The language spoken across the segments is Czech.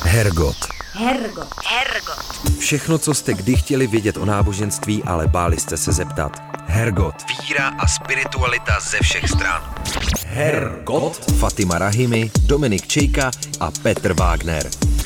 Hergot. Hergot. Hergot. Všechno, co jste kdy chtěli vědět o náboženství, ale báli jste se zeptat. Hergot. Víra a spiritualita ze všech stran. Hergot. Fatima Rahimi, Dominik Čejka a Petr Wagner.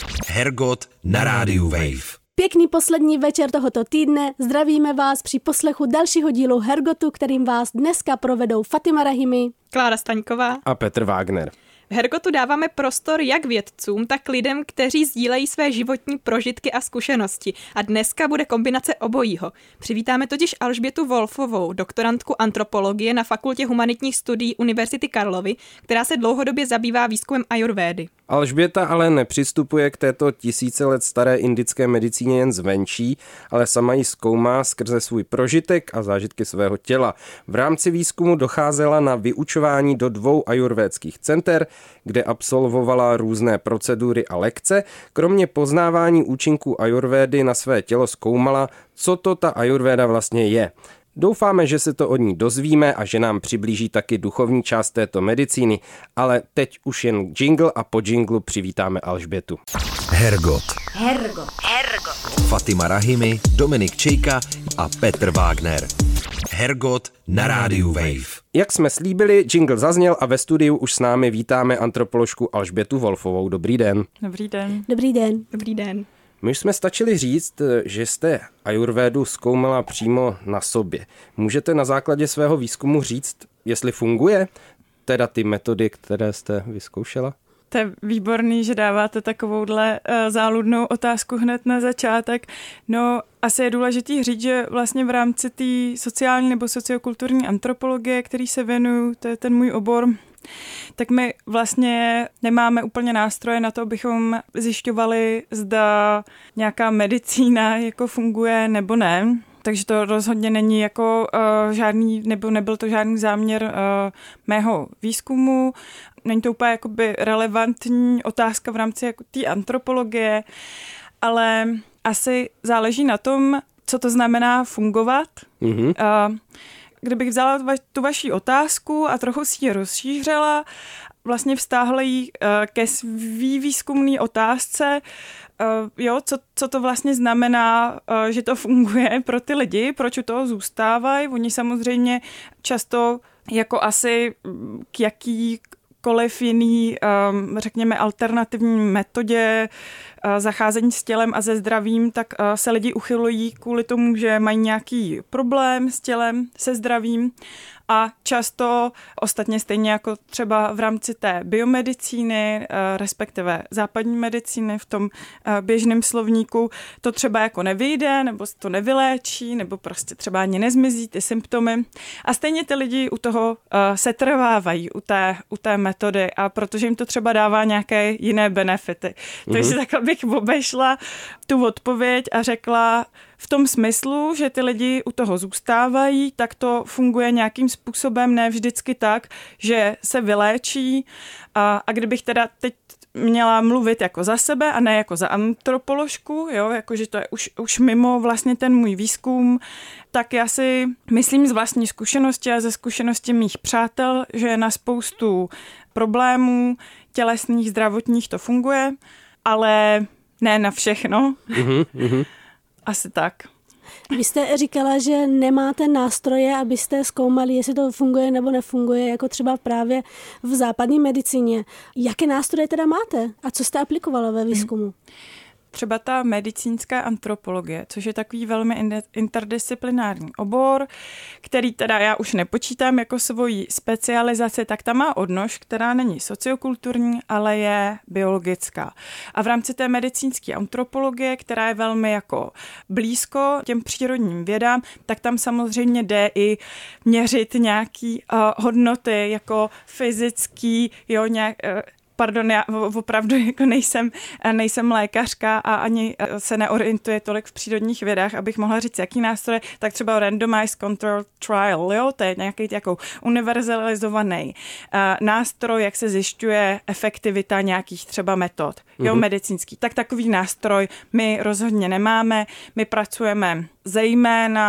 Hergot na rádiu Wave. Pěkný poslední večer tohoto týdne. Zdravíme vás při poslechu dalšího dílu Hergotu, kterým vás dneska provedou Fatima Rahimi, Klára Staňková a Petr Wagner. V Hergotu dáváme prostor jak vědcům, tak lidem, kteří sdílejí své životní prožitky a zkušenosti. A dneska bude kombinace obojího. Přivítáme totiž Alžbětu Wolfovou, doktorantku antropologie na Fakultě humanitních studií Univerzity Karlovy, která se dlouhodobě zabývá výzkumem ajurvédy. Alžběta ale nepřistupuje k této tisíce let staré indické medicíně jen zvenčí, ale sama ji zkoumá skrze svůj prožitek a zážitky svého těla. V rámci výzkumu docházela na vyučování do 2 ajurvédských center, kde absolvovala různé procedury a lekce. Kromě poznávání účinků ajurvédy na své tělo zkoumala, co to ta ajurvéda vlastně je. Doufáme, že se to od ní dozvíme a že nám přiblíží taky duchovní část této medicíny, ale teď už jen jingle a po jinglu přivítáme Alžbětu. Hergot. Hergot. Hergot. Fatima Rahimi, Dominik Čejka a Petr Wagner. Hergot na rádiu Wave. Jak jsme slíbili, jingle zazněl a ve studiu už s námi vítáme antropoložku Alžbětu Wolfovou. Dobrý den. Dobrý den. Dobrý den. Dobrý den. My už jsme stačili říct, že jste ajurvédu zkoumala přímo na sobě. Můžete na základě svého výzkumu říct, jestli funguje teda ty metody, které jste vyzkoušela? To je výborný, že dáváte takovouhle záludnou otázku hned na začátek. No, asi je důležitý říct, že vlastně v rámci té sociální nebo sociokulturní antropologie, který se věnuju, to je ten můj obor, tak my vlastně nemáme úplně nástroje na to, abychom zjišťovali, zda nějaká medicína jako funguje nebo ne. Takže to rozhodně není jako žádný, nebo nebyl to žádný záměr mého výzkumu. Není to úplně jakoby relevantní otázka v rámci jako té antropologie, ale asi záleží na tom, co to znamená fungovat. Mm-hmm. Kdybych vzala tu vaši otázku a trochu si ji rozšířila, vlastně vztáhla ji ke svý výzkumné otázce, co to vlastně znamená, že to funguje pro ty lidi, proč u toho zůstávají. Oni samozřejmě často jako asi k jakýkoliv jiný, řekněme, alternativní metodě zacházení s tělem a se zdravím, tak se lidi uchylují kvůli tomu, že mají nějaký problém s tělem, se zdravím. A často, ostatně stejně jako třeba v rámci té biomedicíny, respektive západní medicíny v tom běžném slovníku, to třeba jako nevyjde, nebo se to nevyléčí, nebo prostě třeba ani nezmizí ty symptomy. A stejně ty lidi u toho setrvávají, u té metody, a protože jim to třeba dává nějaké jiné benefity. Takže takhle bych obešla tu odpověď a řekla, v tom smyslu, že ty lidi u toho zůstávají, tak to funguje nějakým způsobem, ne vždycky tak, že se vyléčí. A kdybych teda teď měla mluvit jako za sebe a ne jako za antropoložku, jakože to je už mimo vlastně ten můj výzkum, tak já si myslím z vlastní zkušenosti a ze zkušenosti mých přátel, že na spoustu problémů tělesných, zdravotních to funguje, ale ne na všechno. Asi tak. Vy jste říkala, že nemáte nástroje, abyste zkoumali, jestli to funguje nebo nefunguje, jako třeba právě v západní medicíně. Jaké nástroje teda máte a co jste aplikovala ve výzkumu? Třeba ta medicínská antropologie, což je takový velmi interdisciplinární obor, který teda já už nepočítám jako svoji specializaci, tak ta má odnož, která není sociokulturní, ale je biologická. A v rámci té medicínské antropologie, která je velmi jako blízko těm přírodním vědám, tak tam samozřejmě jde i měřit nějaký hodnoty jako fyzický, Pardon, já opravdu jako nejsem lékařka a ani se neorientuje tolik v přírodních vědách, abych mohla říct, jaký nástroje, tak třeba randomized control trial, to je nějaký jako univerzalizovaný nástroj, jak se zjišťuje efektivita nějakých třeba metod, medicínský. Tak takový nástroj my rozhodně nemáme, my pracujeme zejména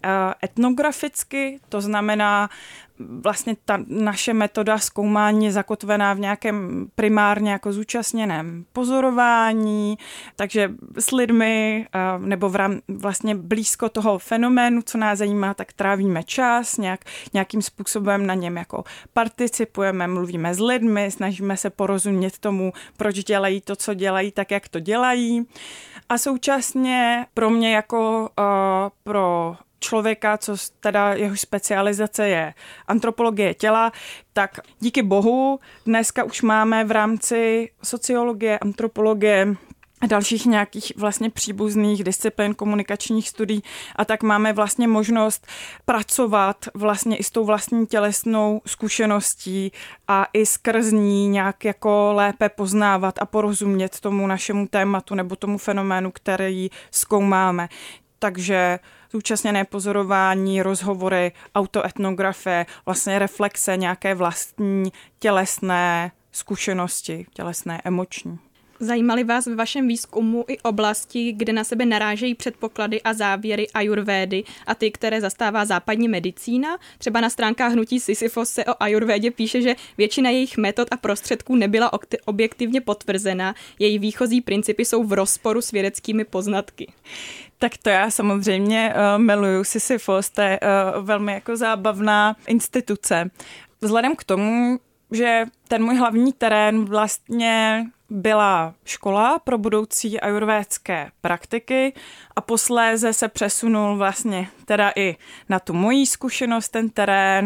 etnograficky, to znamená vlastně ta naše metoda zkoumání je zakotvená v nějakém primárně jako zúčastněném pozorování, takže s lidmi nebo vlastně blízko toho fenoménu, co nás zajímá, tak trávíme čas, nějakým způsobem na něm jako participujeme, mluvíme s lidmi, snažíme se porozumět tomu, proč dělají to, co dělají, tak jak to dělají. A současně pro mě jako pro člověka, co teda jeho specializace je antropologie těla, tak díky bohu dneska už máme v rámci sociologie, antropologie a dalších nějakých vlastně příbuzných disciplín komunikačních studií a tak máme vlastně možnost pracovat vlastně i s tou vlastní tělesnou zkušeností a i skrz ní nějak jako lépe poznávat a porozumět tomu našemu tématu nebo tomu fenoménu, který zkoumáme. Takže zúčastněné pozorování, rozhovory, autoetnografie, vlastně reflexe nějaké vlastní tělesné zkušenosti, tělesné, emoční. Zajímaly vás ve vašem výzkumu i oblasti, kde na sebe narážejí předpoklady a závěry ajurvédy a ty, které zastává západní medicína? Třeba na stránkách hnutí Sisyfos se o ajurvédě píše, že většina jejich metod a prostředků nebyla objektivně potvrzena, její výchozí principy jsou v rozporu s vědeckými poznatky. Tak to já samozřejmě miluju Sisyfos, to je velmi jako zábavná instituce. Vzhledem k tomu, že ten můj hlavní terén vlastně byla škola pro budoucí ajurvédské praktiky a posléze se přesunul vlastně teda i na tu moji zkušenost, ten terén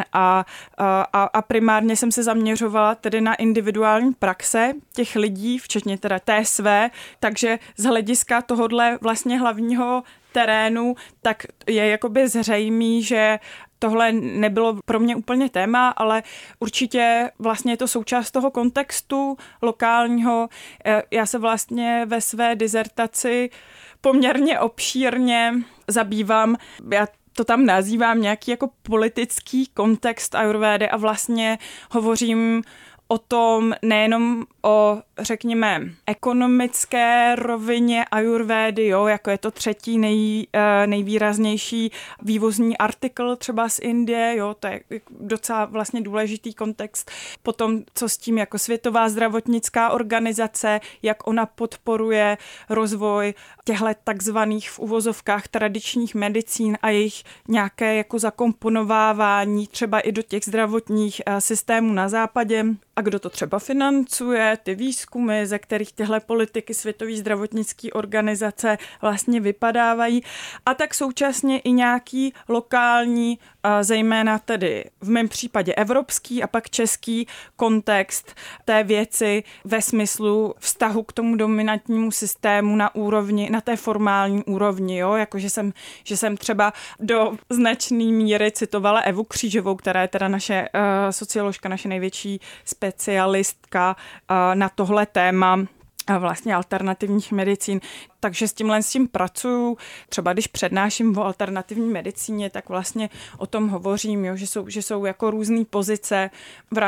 a primárně jsem se zaměřovala tedy na individuální praxe těch lidí, včetně teda té své, takže z hlediska tohodle vlastně hlavního terénu, tak je jakoby zřejmý, že tohle nebylo pro mě úplně téma, ale určitě vlastně je to součást toho kontextu lokálního. Já se vlastně ve své dizertaci poměrně obšírně zabývám, já to tam nazývám nějaký jako politický kontext ajurvédy a vlastně hovořím o tom nejenom o, řekněme, ekonomické rovině ajurvédy, jo, jako je to třetí nejvýraznější vývozní artikl třeba z Indie, jo, to je docela vlastně důležitý kontext. Potom, co s tím jako Světová zdravotnická organizace, jak ona podporuje rozvoj těchto takzvaných v uvozovkách tradičních medicín a jejich nějaké jako zakomponovávání třeba i do těch zdravotních systémů na západě. A kdo to třeba financuje, ty výzkumy, ze kterých tyhle politiky Světové zdravotnické organizace vlastně vypadávají. A tak současně i nějaký lokální, zejména tedy v mém případě evropský a pak český kontext té věci ve smyslu vztahu k tomu dominantnímu systému na úrovni, na té formální úrovni, jo, jakože jsem třeba do značné míry citovala Evu Křížovou, která je teda naše socioložka, naše největší specialistka na tohle téma vlastně alternativních medicín. Takže s tím pracuju. Třeba když přednáším o alternativní medicíně, tak vlastně o tom hovořím, jo, že jsou jako různé pozice v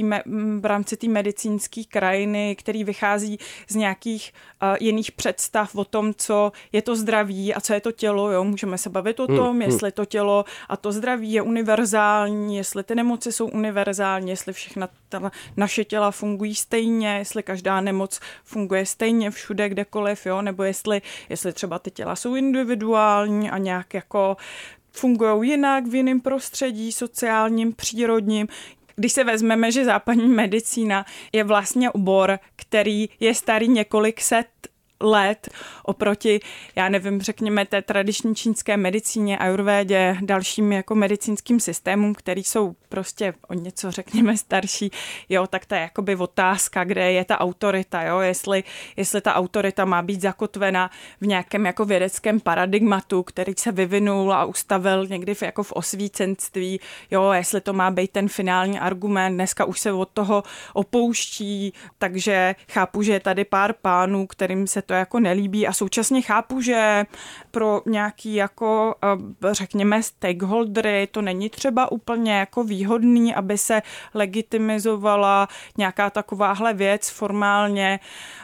rámci té medicínské krajiny, který vychází z nějakých jiných představ o tom, co je to zdraví a co je to tělo. Jo. Můžeme se bavit o tom, jestli to tělo a to zdraví je univerzální, jestli ty nemoci jsou univerzální, jestli všechna naše těla fungují stejně, jestli každá nemoc funguje stejně všude, kdekoliv, jo, nebo jestli třeba ty těla jsou individuální a nějak jako fungují jinak v jiném prostředí, sociálním, přírodním. Když se vezmeme, že západní medicína je vlastně obor, který je starý několik set let oproti, já nevím, řekněme té tradiční čínské medicíně, ajurvédě, dalším jako medicínským systémům, který jsou prostě o něco, řekněme, starší, jo, tak to je jakoby otázka, kde je ta autorita, jo, jestli ta autorita má být zakotvena v nějakém jako vědeckém paradigmatu, který se vyvinul a ustavil někdy jako v osvícenství, jo, jestli to má být ten finální argument, dneska už se od toho opouští, takže chápu, že je tady pár pánů, kterým se to to jako nelíbí a současně chápu, že pro nějaký jako, řekněme, stakeholdery to není třeba úplně jako výhodný, aby se legitimizovala nějaká takováhle věc formálně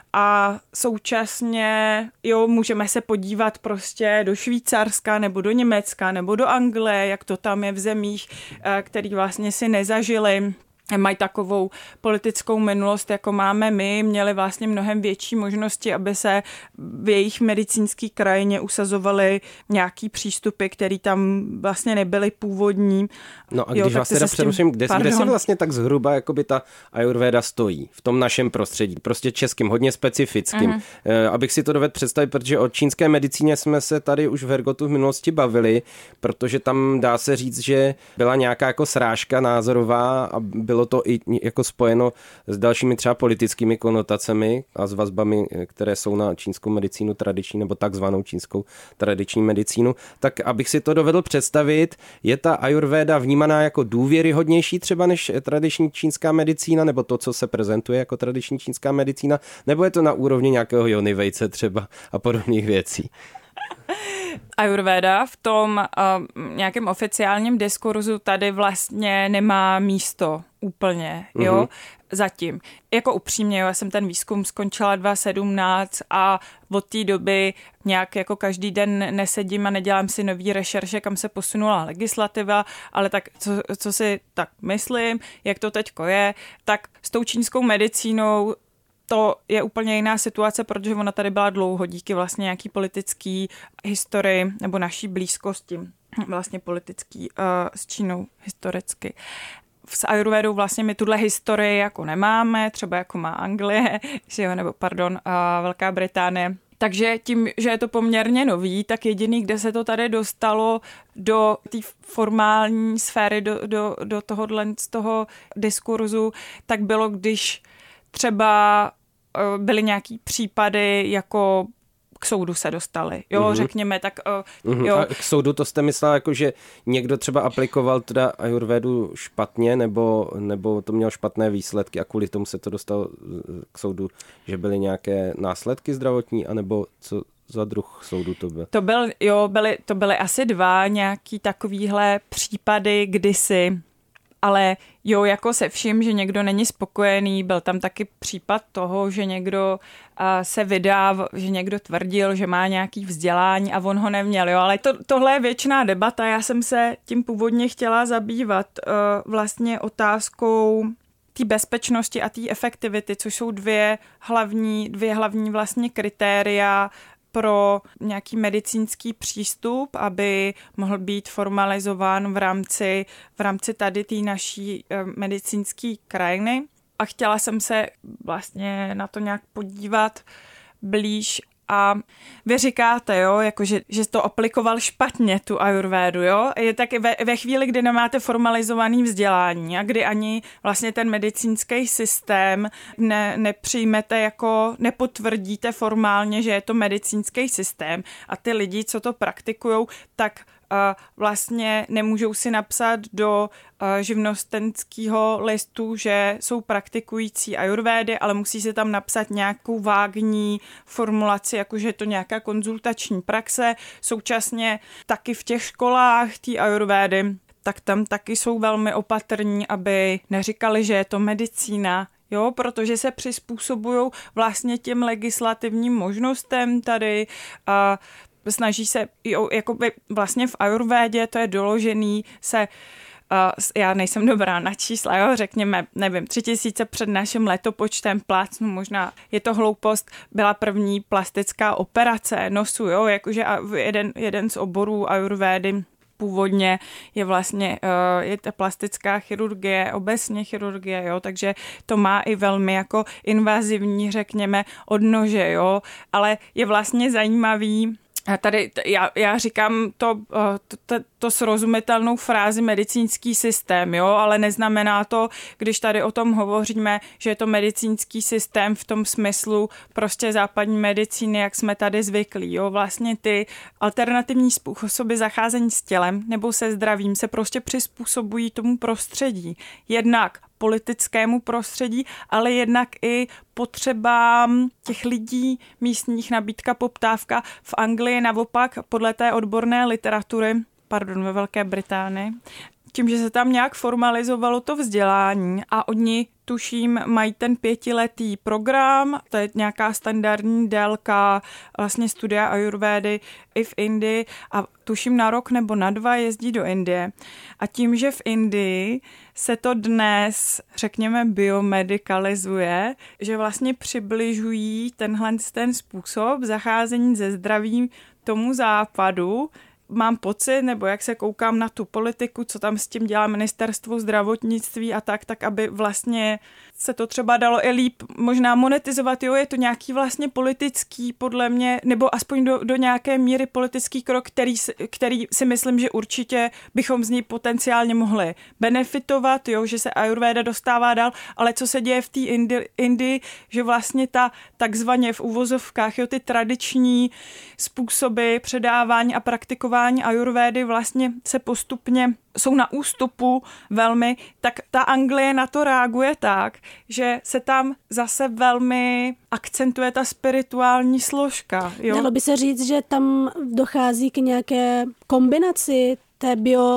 a současně, jo, můžeme se podívat prostě do Švýcarska nebo do Německa nebo do Anglie, jak to tam je v zemích, který vlastně si nezažili, mají takovou politickou minulost, jako máme my, měli vlastně mnohem větší možnosti, aby se v jejich medicínské krajině usazovaly nějaký přístupy, které tam vlastně nebyly původní. No a když vás teda přeruším, kde si vlastně tak zhruba jakoby ta ajurvéda stojí v tom našem prostředí, prostě českým, hodně specifickým. Abych si to dovedl představit, protože o čínské medicíně jsme se tady už v Hergotu v minulosti bavili, protože tam dá se říct, že byla nějaká jako srážka názorová a bylo to i jako spojeno s dalšími třeba politickými konotacemi a s vazbami, které jsou na čínskou medicínu tradiční nebo takzvanou čínskou tradiční medicínu. Tak abych si to dovedl představit, je ta ajurvéda vnímaná jako důvěryhodnější třeba než tradiční čínská medicína, nebo to, co se prezentuje jako tradiční čínská medicína, nebo je to na úrovni nějakého Jony Vejce třeba a podobných věcí? Ajurvéda v tom nějakém oficiálním diskurzu tady vlastně nemá místo úplně, jo, zatím. Jako upřímně, já jsem ten výzkum skončila 2017 a od té doby nějak jako každý den nesedím a nedělám si nový rešerše, kam se posunula legislativa, ale tak co si tak myslím, jak to teďko je, tak s tou čínskou medicínou to je úplně jiná situace, protože ona tady byla dlouho díky vlastně nějaký politický historii nebo naší blízkosti vlastně politický s Čínou historicky. S ajurvédou vlastně my tuhle historii jako nemáme, třeba jako má Anglie, nebo Velká Británie. Takže tím, že je to poměrně nový, tak jediný, kde se to tady dostalo do té formální sféry, do tohohle z toho diskurzu, tak bylo, když třeba byly nějaký případy, jako k soudu se dostali, jo, řekněme, tak jo. A k soudu to jste myslela, jako že někdo třeba aplikoval teda ajurvédu špatně, nebo to mělo špatné výsledky a kvůli tomu se to dostalo k soudu, že byly nějaké následky zdravotní, anebo co za druh soudu to byl? To byly asi 2 nějaký takovýhle případy kdysi. Ale jo, jako se vším, že někdo není spokojený, byl tam taky případ toho, že někdo se vydá, že někdo tvrdil, že má nějaký vzdělání a on ho neměl, jo, ale tohle je věčná debata, já jsem se tím původně chtěla zabývat vlastně otázkou té bezpečnosti a té efektivity, což jsou dvě hlavní vlastně kritéria pro nějaký medicínský přístup, aby mohl být formalizován v rámci tady té naší medicínské krajiny. A chtěla jsem se vlastně na to nějak podívat blíž. A vy říkáte, jo, jako že to aplikoval špatně, tu ajurvédu, jo. Je tak ve chvíli, kdy nemáte formalizovaný vzdělání a kdy ani vlastně ten medicínský systém nepřijmete jako, nepotvrdíte formálně, že je to medicínský systém a ty lidi, co to praktikujou, tak vlastně nemůžou si napsat do živnostenského listu, že jsou praktikující ajurvédy, ale musí si tam napsat nějakou vágní formulaci, jakože je to nějaká konzultační praxe. Současně taky v těch školách té ajurvédy, tak tam taky jsou velmi opatrní, aby neříkali, že je to medicína, jo, protože se přizpůsobují vlastně těm legislativním možnostem tady a snaží se, jako vlastně v ajurvédě, to je doložený, já nejsem dobrá na čísla, jo, řekněme, nevím, 3000 před naším letopočtem plácnu, možná je to hloupost, byla první plastická operace nosu, jo, jakože jeden z oborů ajurvédy původně je vlastně je ta plastická chirurgie, obecně chirurgie, jo, takže to má i velmi jako invazivní, řekněme, odnože, jo, ale je vlastně zajímavý. A tady já říkám to srozumitelnou frázi medicínský systém, jo, ale neznamená to, když tady o tom hovoříme, že je to medicínský systém v tom smyslu prostě západní medicíny, jak jsme tady zvyklí, jo, vlastně ty alternativní způsoby zacházení s tělem nebo se zdravím se prostě přizpůsobují tomu prostředí. Jednak politickému prostředí, ale jednak i potřebám těch lidí místních, nabídka, poptávka. V Anglii naopak podle té odborné literatury, ve Velké Británii, tím, že se tam nějak formalizovalo to vzdělání a oni, tuším, mají ten 5letý program, to je nějaká standardní délka vlastně studia ajurvédy i v Indii a tuším na rok nebo na 2 jezdí do Indie. A tím, že v Indii se to dnes, řekněme, biomedikalizuje, že vlastně přibližují ten způsob zacházení se zdravím tomu západu, mám pocit, nebo jak se koukám na tu politiku, co tam s tím dělá ministerstvo zdravotnictví a tak aby vlastně se to třeba dalo i líp možná monetizovat. Jo, je to nějaký vlastně politický, podle mě, nebo aspoň do nějaké míry politický krok, který si myslím, že určitě bychom z něj potenciálně mohli benefitovat, jo, že se ajurvéda dostává dál, ale co se děje v té Indii, že vlastně ta takzvaně v uvozovkách, jo, ty tradiční způsoby předávání a praktikování ajurvédy vlastně se postupně jsou na ústupu velmi, tak ta Anglie na to reaguje tak, že se tam zase velmi akcentuje ta spirituální složka. Jo? Dalo by se říct, že tam dochází k nějaké kombinaci té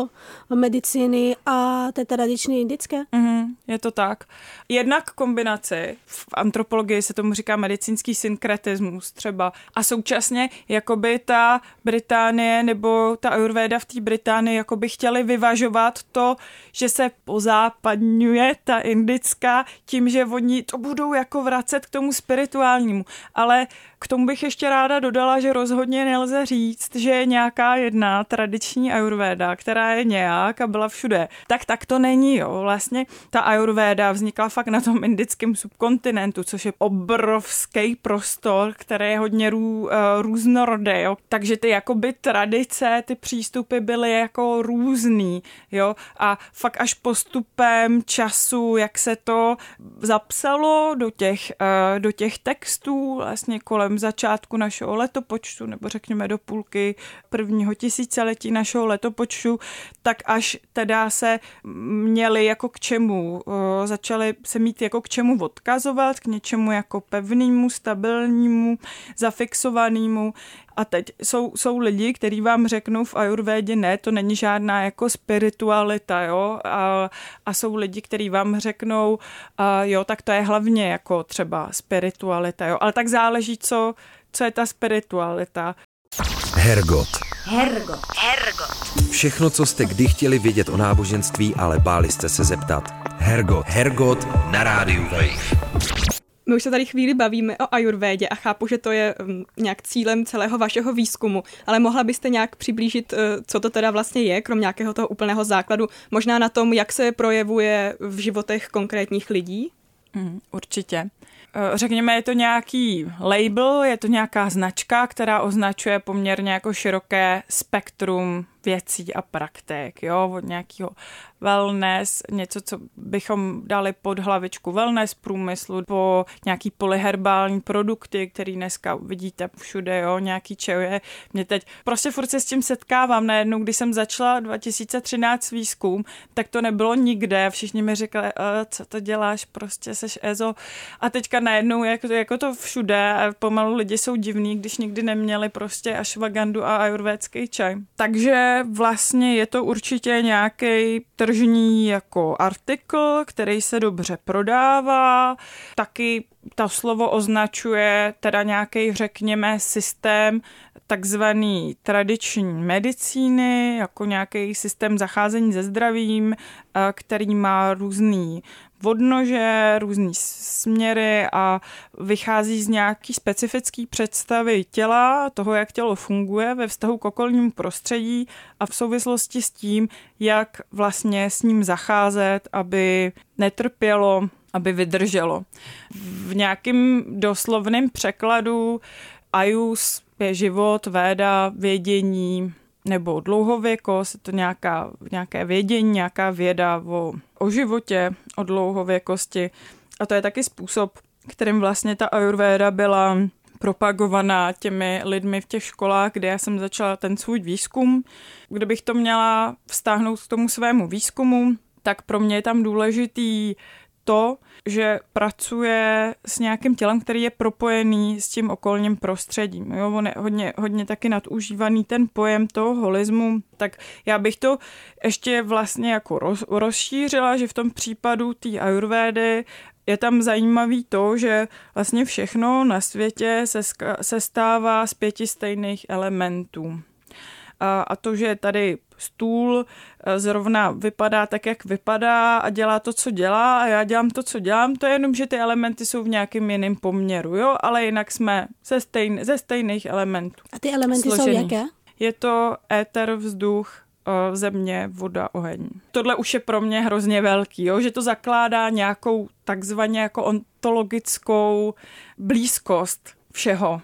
biomedicíny a té tradiční indické? Je to tak. Jednak kombinaci, v antropologii se tomu říká medicínský synkretismus třeba a současně jakoby ta Británie nebo ta ajurvéda v té Británii jakoby chtěli vyvažovat to, že se pozápadňuje ta indická tím, že oni to budou jako vracet k tomu spirituálnímu. Ale k tomu bych ještě ráda dodala, že rozhodně nelze říct, že je nějaká jedna tradiční ajurvéda, která je nějak a byla všude. Tak to není, jo. Vlastně ta ajurvéda vznikla fakt na tom indickém subkontinentu, což je obrovský prostor, který je hodně různorodý, jo. Takže ty jakoby tradice, ty přístupy byly jako různý, jo. A fakt až postupem času, jak se to zapsalo do těch textů, vlastně kolem začátku našeho letopočtu, nebo řekněme do půlky prvního tisíciletí našeho letopočtu, tak až teda se měli jako k čemu, začali se mít jako k čemu odkazovat, k něčemu jako pevnému, stabilnímu, zafixovanému. A teď jsou lidi, kteří vám řeknou v ajurvédě, ne, to není žádná jako spiritualita, jo, a jsou lidi, kteří vám řeknou, jo, tak to je hlavně jako třeba spiritualita, jo, ale tak záleží, co je ta spiritualita. Hergot. Hergot. Všechno, co jste kdy chtěli vědět o náboženství, ale báli jste se zeptat. Hergot na rádiu Wave. My už se tady chvíli bavíme o ajurvédě a chápu, že to je nějak cílem celého vašeho výzkumu, ale mohla byste nějak přiblížit, co to teda vlastně je, krom nějakého toho úplného základu, možná na tom, jak se projevuje v životech konkrétních lidí? Určitě. Řekněme, je to nějaký label, je to nějaká značka, která označuje poměrně jako široké spektrum věcí a praktik, jo, od nějakého wellness, něco, co bychom dali pod hlavičku wellness průmyslu, po nějaký polyherbální produkty, který dneska vidíte všude, jo, nějaký čaje. Mě teď prostě furt se s tím setkávám. Najednou, když jsem začala 2013 výzkum, tak to nebylo nikde. Všichni mi říkali, co to děláš, prostě seš EZO. A teďka najednou jako to všude a pomalu lidi jsou divní, když nikdy neměli prostě ashwagandu a ajurvédský čaj. Takže vlastně je to určitě nějaký tržní jako artikl, který se dobře prodává. Taky to slovo označuje teda nějaký, řekněme, systém takzvaný tradiční medicíny, jako nějaký systém zacházení se zdravím, který má různý odnože, různý směry a vychází z nějaký specifický představy těla, toho, jak tělo funguje ve vztahu k okolnímu prostředí a v souvislosti s tím, jak vlastně s ním zacházet, aby netrpělo, aby vydrželo. V nějakém doslovném překladu ajus je život, véda, vědění nebo dlouhověkost, je to nějaké vědění, nějaká věda o životě, o dlouhověkosti. A to je taky způsob, kterým vlastně ta ajurvéda byla propagovaná těmi lidmi v těch školách, kde já jsem začala ten svůj výzkum. Kdybych to měla vztáhnout k tomu svému výzkumu, tak pro mě je tam důležitý to, že pracuje s nějakým tělem, který je propojený s tím okolním prostředím. Jo, on je hodně taky nadužívaný ten pojem toho holismu, tak já bych to ještě vlastně jako rozšířila, že v tom případu té ajurvédy je tam zajímavý to, že vlastně všechno na světě se stává z 5 stejných elementů. A to, že tady stůl zrovna vypadá tak, jak vypadá a dělá to, co dělá a já dělám to, co dělám, to je jenom, že ty elementy jsou v nějakém jiném poměru, jo, ale jinak jsme ze stejných elementů. A ty elementy složený. Jsou jaké? Je to éter, vzduch, země, voda, oheň. Tohle už je pro mě hrozně velký, jo? Že to zakládá nějakou takzvaně jako ontologickou blízkost všeho.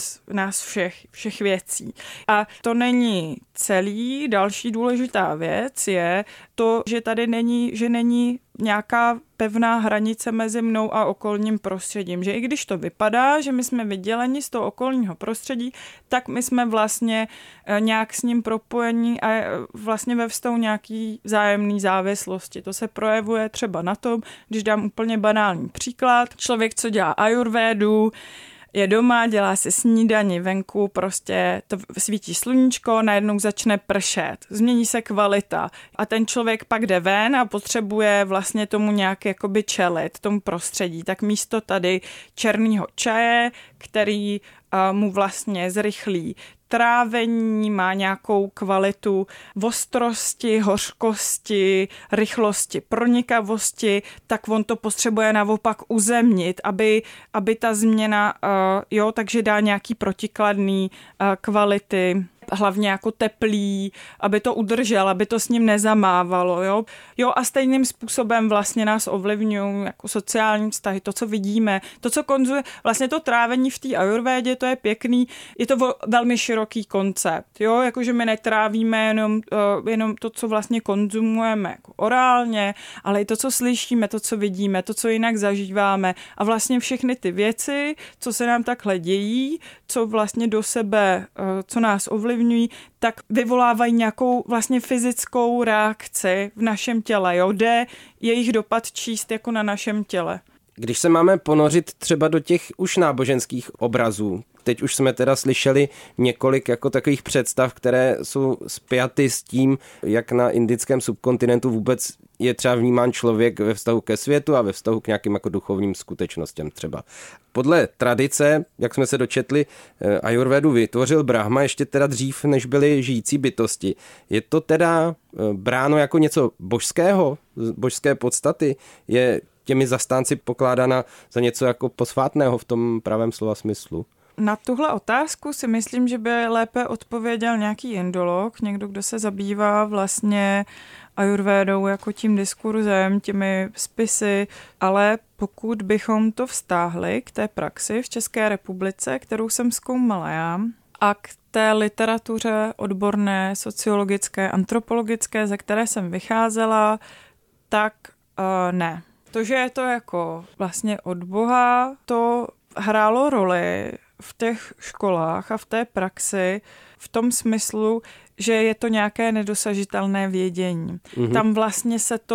Nás všech věcí. A to není celý. Další důležitá věc je to, že tady není nějaká pevná hranice mezi mnou a okolním prostředím. Že i když to vypadá, že my jsme vyděleni z toho okolního prostředí, tak my jsme vlastně nějak s ním propojení a vlastně ve vztahu nějaký vzájemný závislosti. To se projevuje třeba na tom, když dám úplně banální příklad. Člověk, co dělá ajurvédu, je doma, dělá si snídani venku, prostě to svítí sluníčko, najednou začne pršet, změní se kvalita a ten člověk pak jde ven a potřebuje vlastně tomu nějak jakoby čelit, tomu prostředí. Tak místo tady černýho čaje, který mu vlastně zrychlí trávení, má nějakou kvalitu ostrosti, hořkosti, rychlosti, pronikavosti, tak on to potřebuje naopak uzemnit, aby ta změna, takže dá nějaký protikladný kvality, hlavně jako teplý, aby to udržel, aby to s ním nezamávalo, jo, a stejným způsobem vlastně nás ovlivňují jako sociální vztahy, to, co vidíme, to, co konzumuje, vlastně to trávení v té ajurvédě, to je pěkný, je to velmi široký koncept, jo, jakože my netrávíme jenom to, co vlastně konzumujeme jako orálně, ale i to, co slyšíme, to, co vidíme, to, co jinak zažíváme a vlastně všechny ty věci, co se nám takhle dějí, co vlastně do sebe, co nás ovlivňují, tak vyvolávají nějakou vlastně fyzickou reakci v našem těle, jo, jde jejich dopad číst jako na našem těle. Když se máme ponořit třeba do těch už náboženských obrazů, teď už jsme teda slyšeli několik jako takových představ, které jsou spjaty s tím, jak na indickém subkontinentu vůbec je třeba vnímán člověk ve vztahu ke světu a ve vztahu k nějakým jako duchovním skutečnostem třeba. Podle tradice, jak jsme se dočetli, ajurvédu vytvořil Brahma ještě teda dřív, než byly žijící bytosti. Je to teda bráno jako něco božského, božské podstaty? Je těmi zastánci pokládána za něco jako posvátného v tom pravém slova smyslu? Na tuhle otázku si myslím, že by lépe odpověděl nějaký indolog, někdo, kdo se zabývá vlastně ajurvédou jako tím diskurzem, těmi spisy, ale pokud bychom to vztáhli k té praxi v České republice, kterou jsem zkoumala já, a k té literatuře odborné, sociologické, antropologické, ze které jsem vycházela, tak ne. To, že je to jako vlastně od Boha, to hrálo roli v těch školách a v té praxi v tom smyslu, že je to nějaké nedosažitelné vědění. Mm-hmm. Tam vlastně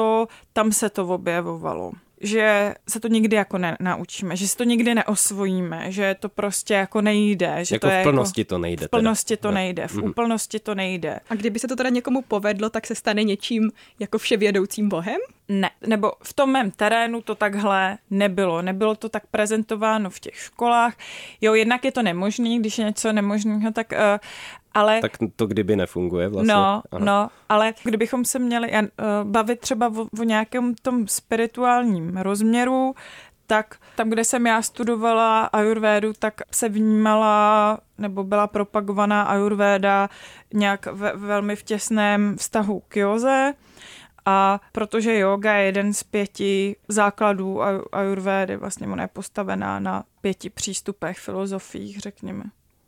tam se to objevovalo. Že se to nikdy jako nenaučíme, že si to nikdy neosvojíme, že to prostě jako nejde. Že jako to je v plnosti to nejde. V plnosti to nejde, v úplnosti to nejde. A kdyby se to teda někomu povedlo, tak se stane něčím jako vševědoucím bohem? Ne, nebo v tom mém terénu to takhle nebylo. Nebylo to tak prezentováno v těch školách. Jo, jednak je to nemožný, když je něco nemožného, tak... Ale, tak to kdyby nefunguje vlastně. No, ale kdybychom se měli bavit třeba o nějakém tom spirituálním rozměru, tak tam, kde jsem já studovala ajurvédu, tak se vnímala nebo byla propagovaná ajurvéda nějak velmi v těsném vztahu k józe. A protože jóga je jeden z 5 základů ajurvédy, vlastně ona je postavená na 5 přístupech, filozofiích, řekněme.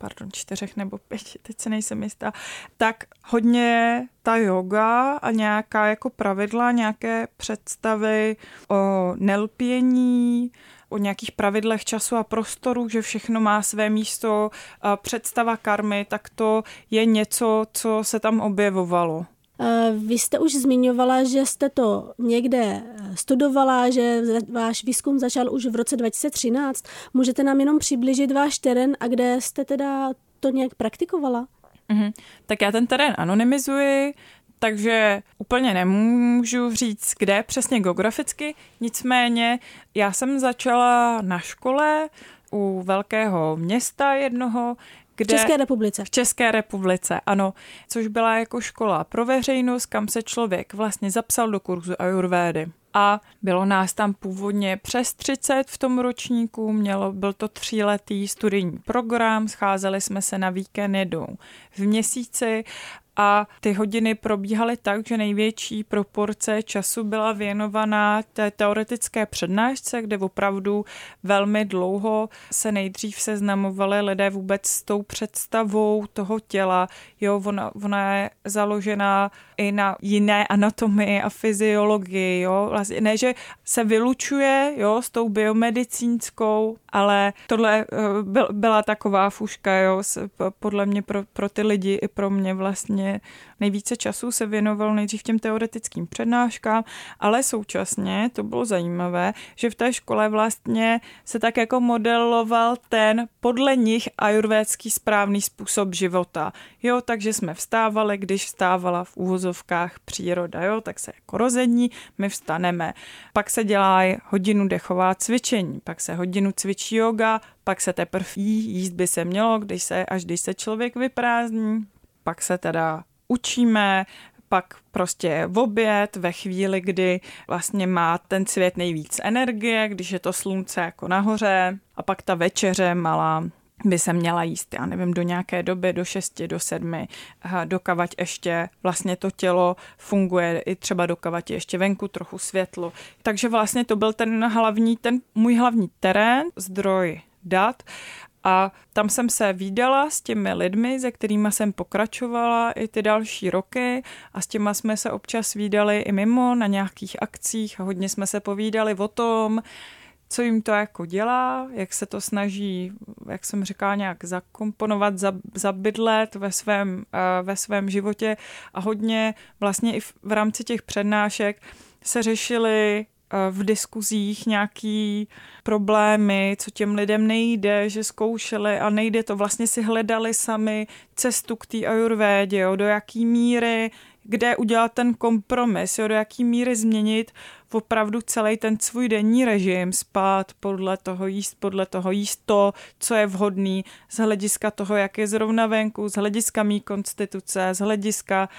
4 nebo 5, teď se nejsem jistá, tak hodně ta yoga a nějaká jako pravidla, nějaké představy o nelpění, o nějakých pravidlech času a prostoru, že všechno má své místo, představa karmy, tak to je něco, co se tam objevovalo. Vy jste už zmiňovala, že jste to někde studovala, že váš výzkum začal už v roce 2013. Můžete nám jenom přiblížit váš terén a kde jste teda to nějak praktikovala? Tak já ten terén anonymizuji, takže úplně nemůžu říct, kde přesně geograficky. Nicméně já jsem začala na škole u velkého města jednoho, kde... V České republice. V České republice, ano. Což byla jako škola pro veřejnost, kam se člověk vlastně zapsal do kurzu ajurvédy. A bylo nás tam původně přes 30 v tom ročníku, byl to 3letý studijní program, scházeli jsme se na víkendy jednou v měsíci a ty hodiny probíhaly tak, že největší proporce času byla věnovaná té teoretické přednášce, kde opravdu velmi dlouho se nejdřív seznamovali lidé vůbec s tou představou toho těla. Jo, ona je založená i na jiné anatomii a fyziologii, jo. Vlastně ne, že se vylučuje, jo, s tou biomedicínskou, ale tohle byla taková fuška, jo, podle mě pro ty lidi i pro mě vlastně nejvíce času se věnoval nejdřív těm teoretickým přednáškám, ale současně to bylo zajímavé, že v té škole vlastně se tak jako modeloval ten podle nich ajurvédský správný způsob života. Jo, takže jsme vstávali, když vstávala v úvozovkách příroda, jo, tak se jako rozední, my vstaneme. Pak se dělá hodinu dechová cvičení, pak se hodinu cvičí yoga, pak se teprve jíst by se mělo, až když se člověk vyprázdní. Pak se teda učíme, pak prostě v oběd, ve chvíli, kdy vlastně má ten svět nejvíc energie, když je to slunce jako nahoře a pak ta večeře malá by se měla jíst, já nevím, do nějaké doby, do 6, do 7, dokavať ještě vlastně to tělo funguje, i třeba dokavať ještě venku trochu světlo. Takže vlastně to byl ten můj hlavní terén, zdroj dat. A tam jsem se vídala s těmi lidmi, se kterými jsem pokračovala i ty další roky a s těma jsme se občas vídali i mimo na nějakých akcích a hodně jsme se povídali o tom, co jim to jako dělá, jak se to snaží, jak jsem říkala, nějak zakomponovat, zabydlet ve svém životě a hodně vlastně i v rámci těch přednášek se řešily v diskuzích nějaký problémy, co těm lidem nejde, že zkoušeli a nejde to. Vlastně si hledali sami cestu k té ajurvédě, jo, do jaký míry, kde udělat ten kompromis, jo, do jaký míry změnit opravdu celý ten svůj denní režim, spát podle toho, jíst to, co je vhodný z hlediska toho, jak je zrovna venku, z hlediska mý konstituce, z hlediska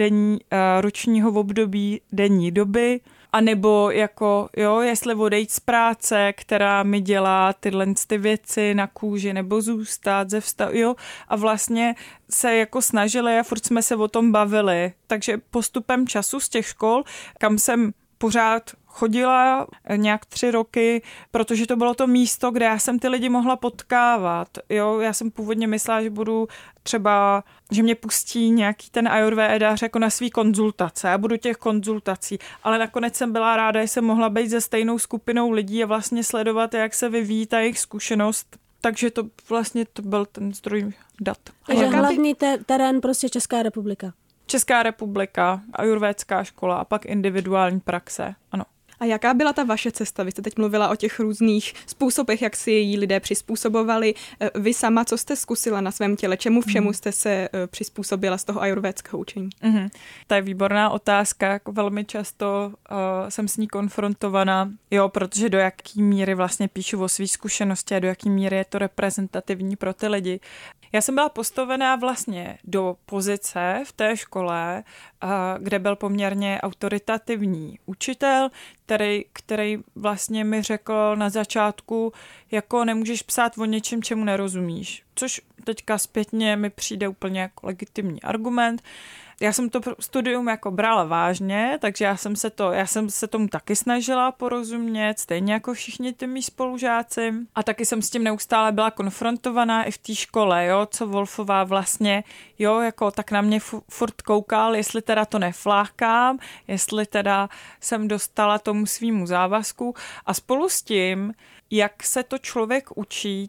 ročního období, denní doby, anebo jako, jo, jestli odejít z práce, která mi dělá tyhle ty věci na kůži, nebo zůstat ze vztahu, jo, a vlastně se jako snažili a furt jsme se o tom bavili. Takže postupem času z těch škol, kam jsem pořád chodila nějak 3 roky, protože to bylo to místo, kde já jsem ty lidi mohla potkávat. Jo, já jsem původně myslela, že budu třeba, že mě pustí nějaký ten ajurvédář jako na svý konzultace. Já budu těch konzultací, ale nakonec jsem byla ráda, že jsem mohla být se stejnou skupinou lidí a vlastně sledovat, jak se vyvíjí ta jejich zkušenost. Takže to byl ten zdroj dat. Takže hlavní terén prostě Česká republika. Česká republika, ajurvédská škola a pak individuální praxe, ano. A jaká byla ta vaše cesta? Vy jste teď mluvila o těch různých způsobech, jak si její lidé přizpůsobovali. Vy sama, co jste zkusila na svém těle? Čemu všemu jste se přizpůsobila z toho ajurvédského učení? To je výborná otázka. Jako velmi často jsem s ní konfrontovaná, jo, protože do jaký míry vlastně píšu o své zkušenosti a do jaký míry je to reprezentativní pro ty lidi. Já jsem byla postavená vlastně do pozice v té škole, kde byl poměrně autoritativní učitel, který vlastně mi řekl na začátku, jako nemůžeš psát o něčem, čemu nerozumíš. Což teďka zpětně mi přijde úplně jako legitimní argument. Já jsem to studium jako brala vážně, takže já jsem se tomu taky snažila porozumět, stejně jako všichni ty mý spolužáci. A taky jsem s tím neustále byla konfrontovaná i v té škole, jo, co Wolfová vlastně, jo, jako tak na mě furt koukal, jestli teda to neflákám, jestli teda jsem dostala tomu svýmu závazku. A spolu s tím, jak se to člověk učí, tak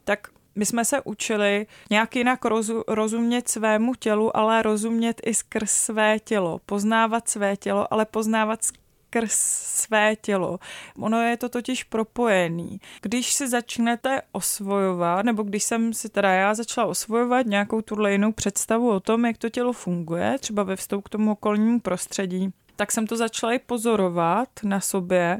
my jsme se učili nějak jinak rozumět svému tělu, ale rozumět i skrz své tělo. Poznávat své tělo, ale poznávat skrz své tělo. Ono je to totiž propojený. Když si začnete osvojovat, nebo když jsem si teda já začala osvojovat nějakou tuhle jinou představu o tom, jak to tělo funguje, třeba ve vztahu k tomu okolnímu prostředí, tak jsem to začala i pozorovat na sobě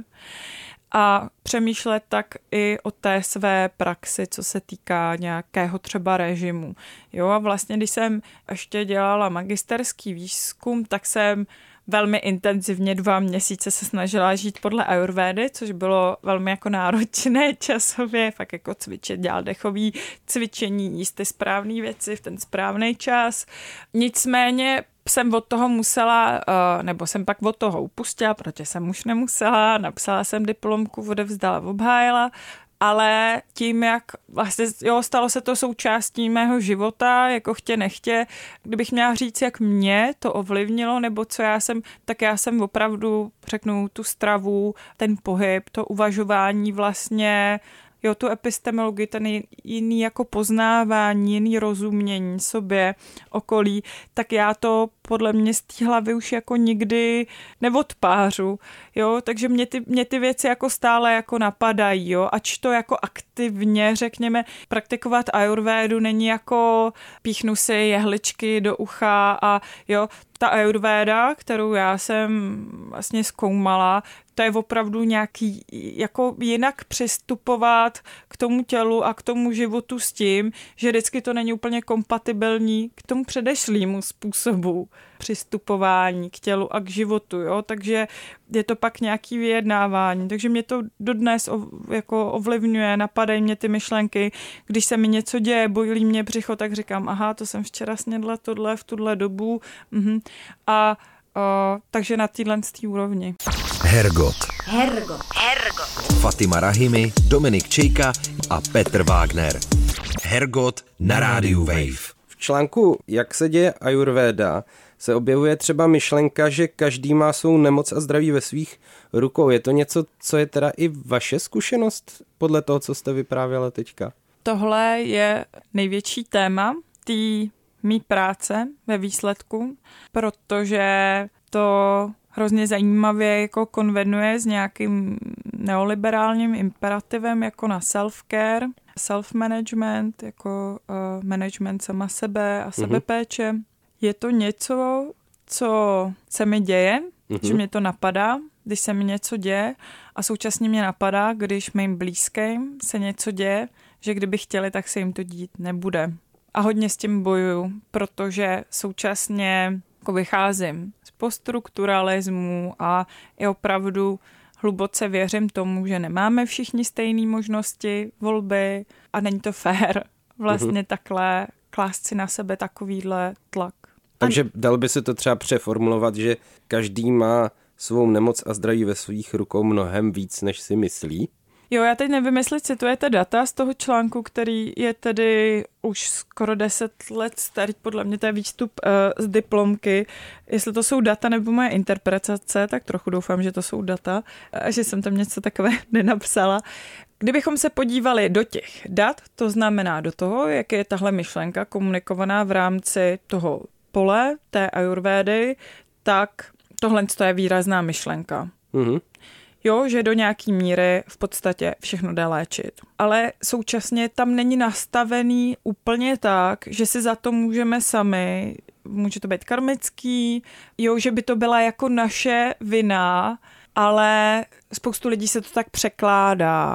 a přemýšlet tak i o té své praxi, co se týká nějakého třeba režimu. Jo, a vlastně, když jsem ještě dělala magisterský výzkum, tak jsem velmi intenzivně 2 měsíce se snažila žít podle ajurvédy, což bylo velmi jako náročné časově, fakt jako cvičit, dělat dechový cvičení, jíst ty správné věci v ten správný čas. Nicméně jsem od toho musela, nebo jsem pak od toho upustila, protože jsem už nemusela, napsala jsem diplomku, odevzdala, obhájila, ale tím, jak vlastně, stalo se to součástí mého života, jako chtě nechtě, kdybych měla říct, jak mě to ovlivnilo, nebo co tak já jsem opravdu, řeknu, tu stravu, ten pohyb, to uvažování vlastně, tu epistemologii, ten jiný jako poznávání, jiný rozumění sobě, okolí, tak já to podle mě z té hlavy už jako nikdy neodpářu, takže mě ty věci jako stále jako napadají, ač to jako aktivně, řekněme, praktikovat ajurvédu není jako píchnu si jehličky do ucha a ta ajurvéda, kterou já jsem vlastně zkoumala, to je opravdu nějaký, jako jinak přistupovat k tomu tělu a k tomu životu s tím, že vždycky to není úplně kompatibilní k tomu předešlému způsobu přistupování k tělu a k životu, takže je to pak nějaký vyjednávání, takže mě to dodnes jako ovlivňuje, napadají mě ty myšlenky, když se mi něco děje, bolí mě břicho, tak říkám, aha, to jsem včera snědla tohle v tuhle dobu, takže na téhle úrovni. Hergot. Fatima Rahimi, Dominik Čejka a Petr Wagner. Hergot na rádiu Wave. V článku Jak se děje ajurvéda se objevuje třeba myšlenka, že každý má svou nemoc a zdraví ve svých rukou. Je to něco, co je teda i vaše zkušenost podle toho, co jste vyprávěla teďka? Tohle je největší téma té mý práce ve výsledku, protože to hrozně zajímavě jako konvenuje s nějakým neoliberálním imperativem jako na self-care, self-management, jako management sama sebe a sebepéče. Je to něco, co se mi děje, že mě to napadá, když se mi něco děje a současně mě napadá, když mým blízkým se něco děje, že kdyby chtěli, tak se jim to dít nebude. A hodně s tím bojuju, protože současně jako vycházím z poststrukturalismu a i opravdu hluboce věřím tomu, že nemáme všichni stejné možnosti volby a není to fér vlastně takhle klást si na sebe takovýhle tlak. Takže dal by se to třeba přeformulovat, že každý má svou nemoc a zdraví ve svých rukou mnohem víc, než si myslí? Já teď nevím, jestli citujete data z toho článku, který je tedy už skoro 10 let starý, podle mě to je výstup z diplomky. Jestli to jsou data nebo moje interpretace, tak trochu doufám, že to jsou data, že jsem tam něco takové nenapsala. Kdybychom se podívali do těch dat, to znamená do toho, jak je tahle myšlenka komunikovaná v rámci toho pole, té ajurvédy, tak tohle je výrazná myšlenka. Že do nějaký míry v podstatě všechno jde léčit. Ale současně tam není nastavený úplně tak, že si za to můžeme sami, může to být karmický, že by to byla jako naše vina, ale spoustu lidí se to tak překládá.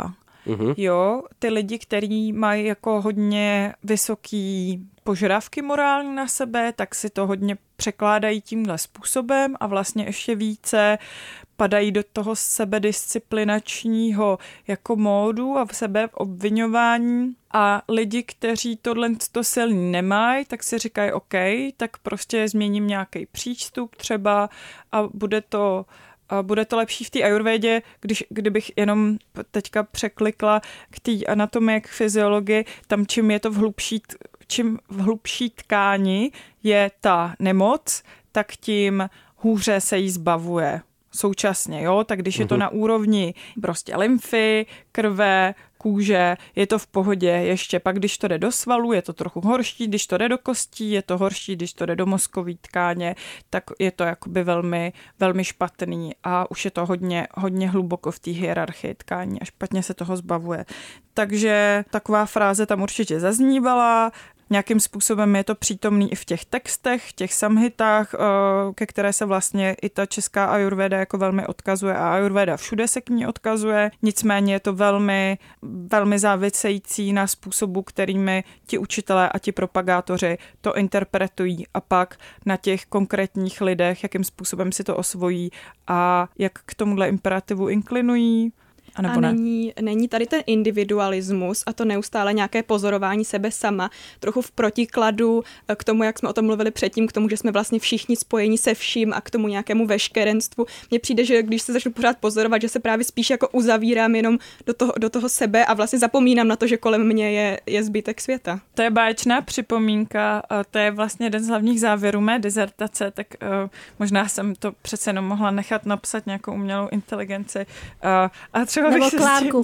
Ty lidi, kteří mají jako hodně vysoký požadavky morální na sebe, tak si to hodně překládají tímhle způsobem a vlastně ještě více padají do toho sebedisciplinačního jako módu a v sebeobviňování. A lidi, kteří tohle silný nemají, tak si říkají OK, tak prostě změním nějaký přístup třeba a bude to lepší v té ajurvédě, kdybych jenom teďka překlikla k té anatomii, k fyziologii, tam čím je to čím v hlubší tkáni je ta nemoc, tak tím hůře se jí zbavuje současně, tak když je to na úrovni prostě lymfy, krve, kůže, je to v pohodě ještě, pak když to jde do svalů, je to trochu horší, když to jde do kostí, je to horší, když to jde do mozkové tkáně, tak je to jakoby velmi, velmi špatný a už je to hodně, hodně hluboko v té hierarchii tkání a špatně se toho zbavuje. Takže taková fráze tam určitě zaznívala. Nějakým způsobem je to přítomný i v těch textech, v těch samhitách, ke které se vlastně i ta česká ajurvéda jako velmi odkazuje a ajurvéda všude se k ní odkazuje. Nicméně je to velmi, velmi závisející na způsobu, kterými ti učitelé a ti propagátoři to interpretují a pak na těch konkrétních lidech, jakým způsobem si to osvojí a jak k tomuhle imperativu inklinují. A není tady ten individualismus a to neustále nějaké pozorování sebe sama, trochu v protikladu k tomu, jak jsme o tom mluvili předtím, k tomu, že jsme vlastně všichni spojeni se vším a k tomu nějakému veškerenstvu. Mně přijde, že když se začnu pořád pozorovat, že se právě spíš jako uzavírám jenom do toho sebe a vlastně zapomínám na to, že kolem mě je zbytek světa. To je báječná připomínka, to je vlastně jeden z hlavních závěrů mé dizertace, tak možná jsem to přece jenom mohla nechat napsat nějakou umělou inteligenci a třeba nebo Klárku.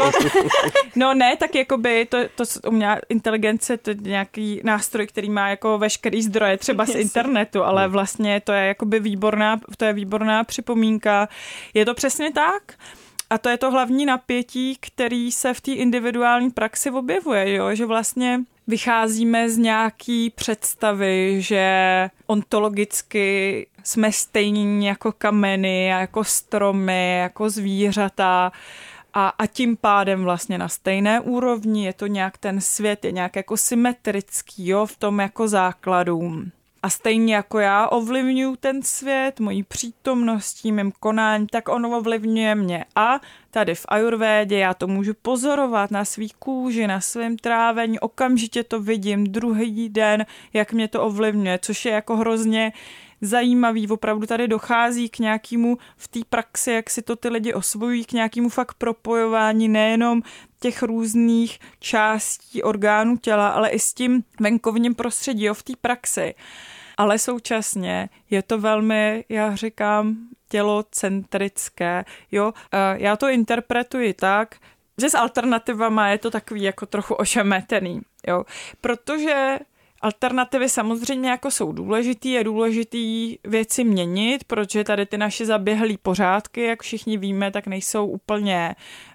No ne, tak jakoby to umělá inteligence, to je nějaký nástroj, který má jako veškerý zdroje, třeba z internetu, ale vlastně to je jakoby výborná připomínka. Je to přesně tak? A to je to hlavní napětí, který se v té individuální praxi objevuje, jo? Že vlastně vycházíme z nějaký představy, že ontologicky jsme stejní jako kameny, jako stromy, jako zvířata a tím pádem vlastně na stejné úrovni je to nějak ten svět, je nějak jako symetrický, jo, v tom jako základu. A stejně jako já ovlivňuji ten svět, mojí přítomností, mým konáním, tak on ovlivňuje mě. A tady v ajurvédě já to můžu pozorovat na svý kůži, na svém trávení, okamžitě to vidím druhý den, jak mě to ovlivňuje, což je jako hrozně zajímavý. Opravdu tady dochází k nějakému v té praxi, jak si to ty lidi osvojují, k nějakému fakt propojování nejenom těch různých částí orgánů těla, ale i s tím venkovním prostředí, jo, v té praxi. Ale současně je to velmi, já říkám, tělocentrické. Jo? Já to interpretuji tak, že s alternativama je to takový jako trochu ošemetený. Jo? Protože alternativy samozřejmě jako jsou důležitý, je důležitý věci měnit, protože tady ty naše zaběhlý pořádky, jak všichni víme, tak nejsou úplně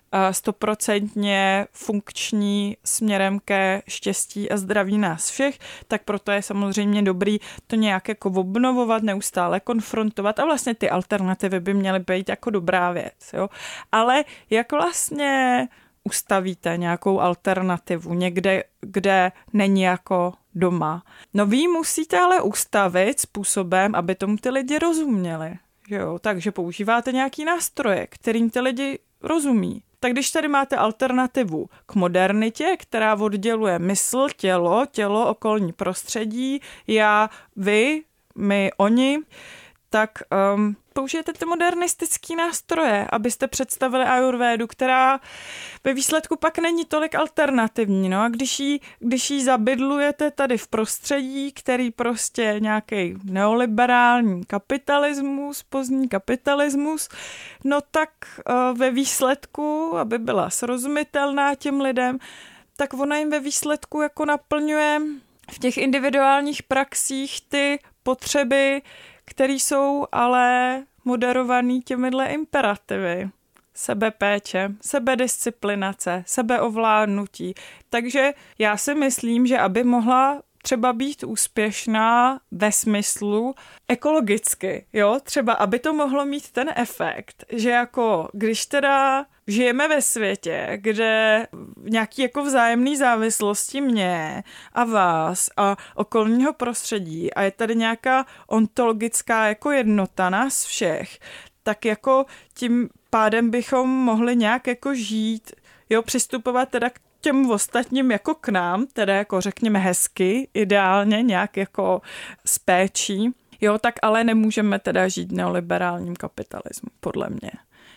100% funkční směrem ke štěstí a zdraví nás všech, tak proto je samozřejmě dobrý to nějak jako obnovovat, neustále konfrontovat a vlastně ty alternativy by měly být jako dobrá věc. Jo? Ale jak vlastně ustavíte nějakou alternativu někde, kde není jako doma? No vy musíte ale ustavit způsobem, aby tomu ty lidi rozuměli. Jo? Takže používáte nějaký nástroje, kterým ty lidi rozumí. Tak když tady máte alternativu k modernitě, která odděluje mysl, tělo, okolní prostředí, já, vy, my, oni, tak použijete ty modernistické nástroje, abyste představili ajurvédu, která ve výsledku pak není tolik alternativní. No a když jí zabydlujete tady v prostředí, který prostě nějaký neoliberální kapitalismus, pozdní kapitalismus, no tak ve výsledku, aby byla srozumitelná těm lidem, tak ona jim ve výsledku jako naplňuje v těch individuálních praxích ty potřeby, které jsou ale moderovaný těmihle imperativy. Sebepéče, sebedisciplinace, sebeovládnutí. Takže já si myslím, že aby mohla třeba být úspěšná ve smyslu ekologicky, jo, třeba aby to mohlo mít ten efekt, že jako když teda žijeme ve světě, kde nějaký jako vzájemný závislosti mě a vás a okolního prostředí a je tady nějaká ontologická jako jednota nás všech, tak jako tím pádem bychom mohli nějak jako žít, jo, přistupovat teda k těm ostatním jako k nám, teda jako řekněme hezky, ideálně nějak jako s péčí, jo, tak ale nemůžeme teda žít v neoliberálním kapitalismu, podle mě.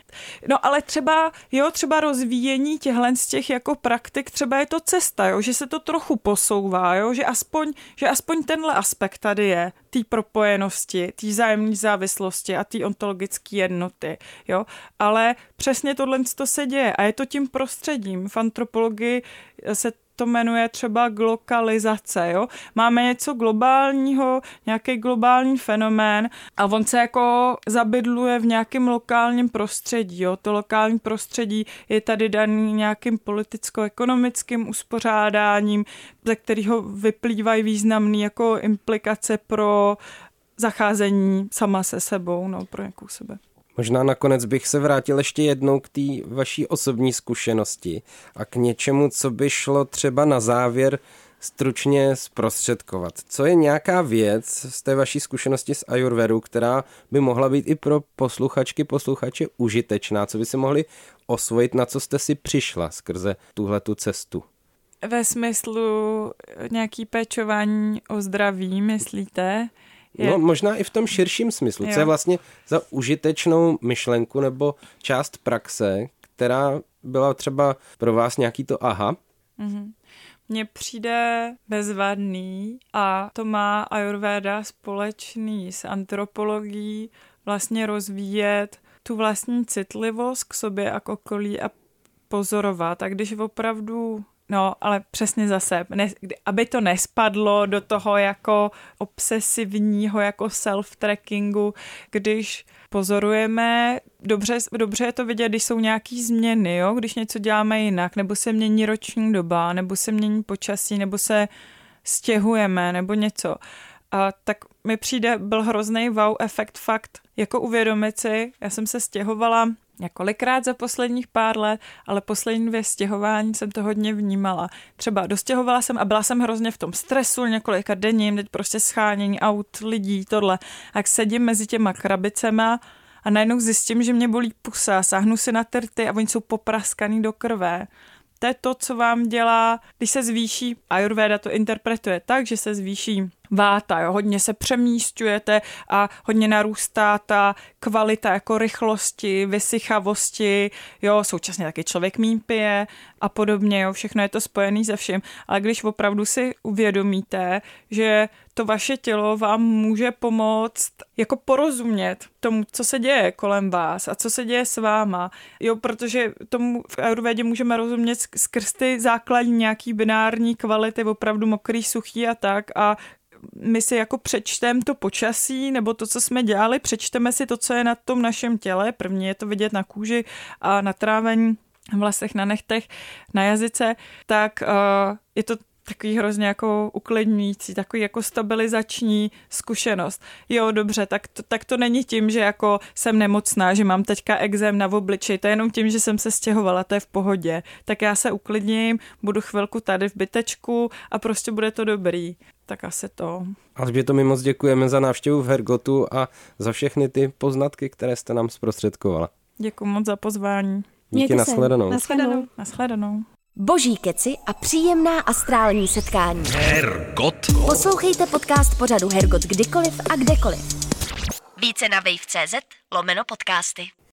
No ale třeba rozvíjení z těch jako praktik, třeba je to cesta, jo, že se to trochu posouvá, jo, že aspoň tenhle aspekt tady je, té propojenosti, té vzájemné závislosti a té ontologické jednoty, jo, ale přesně tohle se děje a je to tím prostředím. V antropologii se to jmenuje třeba glokalizace, jo. Máme něco globálního, nějaký globální fenomén a on se jako zabydluje v nějakém lokálním prostředí, jo. To lokální prostředí je tady daný nějakým politicko-ekonomickým uspořádáním, ze kterého vyplývají významné jako implikace pro zacházení sama se sebou, no, pro nějakou sebe. Možná nakonec bych se vrátil ještě jednou k té vaší osobní zkušenosti a k něčemu, co by šlo třeba na závěr stručně zprostředkovat. Co je nějaká věc z té vaší zkušenosti z Ayurvedu, která by mohla být i pro posluchače užitečná, co by si mohli osvojit, na co jste si přišla skrze tuhletu cestu? Ve smyslu nějaký péčování o zdraví, myslíte? No, možná i v tom širším smyslu. Co je vlastně za užitečnou myšlenku nebo část praxe, která byla třeba pro vás nějaký to aha? Mně přijde bezvadný a to má Ayurveda společný s antropologií vlastně rozvíjet tu vlastní citlivost k sobě a k okolí a pozorovat. A když opravdu... No, ale přesně zase, aby to nespadlo do toho jako obsesivního, jako self-trackingu, když pozorujeme, dobře je to vidět, když jsou nějaký změny, jo? Když něco děláme jinak, nebo se mění roční doba, nebo se mění počasí, nebo se stěhujeme, nebo něco. A tak mi byl hrozný wow efekt fakt, jako uvědomit si, já jsem se stěhovala několikrát za posledních pár let, ale poslední 2 stěhování jsem to hodně vnímala. Třeba dostěhovala jsem a byla jsem hrozně v tom stresu několika denním, teď prostě schánění aut, lidí, tohle. A jak sedím mezi těma krabicema a najednou zjistím, že mě bolí pusa, sáhnu si na trty a oni jsou popraskaný do krve. To je to, co vám dělá, když se zvýší, Ayurveda to interpretuje tak, že se zvýší váta, jo, hodně se přemísťujete a hodně narůstá ta kvalita jako rychlosti, vysychavosti, jo, současně taky člověk míň pije a podobně, jo, všechno je to spojený se vším, ale když opravdu si uvědomíte, že to vaše tělo vám může pomoct jako porozumět tomu, co se děje kolem vás a co se děje s váma, jo, protože tomu v Ayurvedě můžeme rozumět skrz ty základní nějaký binární kvality, opravdu mokrý, suchý a tak a my si jako přečteme to počasí nebo to, co jsme dělali, přečteme si to, co je na tom našem těle. První je to vidět na kůži a na trávení, vlasech, na nechtech, na jazyce, tak je to takový hrozně jako uklidňující, takový jako stabilizační zkušenost. Jo, dobře, tak to není tím, že jako jsem nemocná, že mám teďka ekzém na obličeji, to je jenom tím, že jsem se stěhovala, to je v pohodě. Tak já se uklidním, budu chvilku tady v bytečku a prostě bude to dobrý. Tak asi to. Alžběto, my moc děkujeme za návštěvu v Hergotu a za všechny ty poznatky, které jste nám zprostředkovala. Děkuji moc za pozvání. Díky, nashledanou. Nashledanou. Boží keci a příjemná astrální setkání. Hergot. Poslouchejte podcast pořadu Hergot kdykoliv a kdekoliv. Více na wave.cz/podcasty.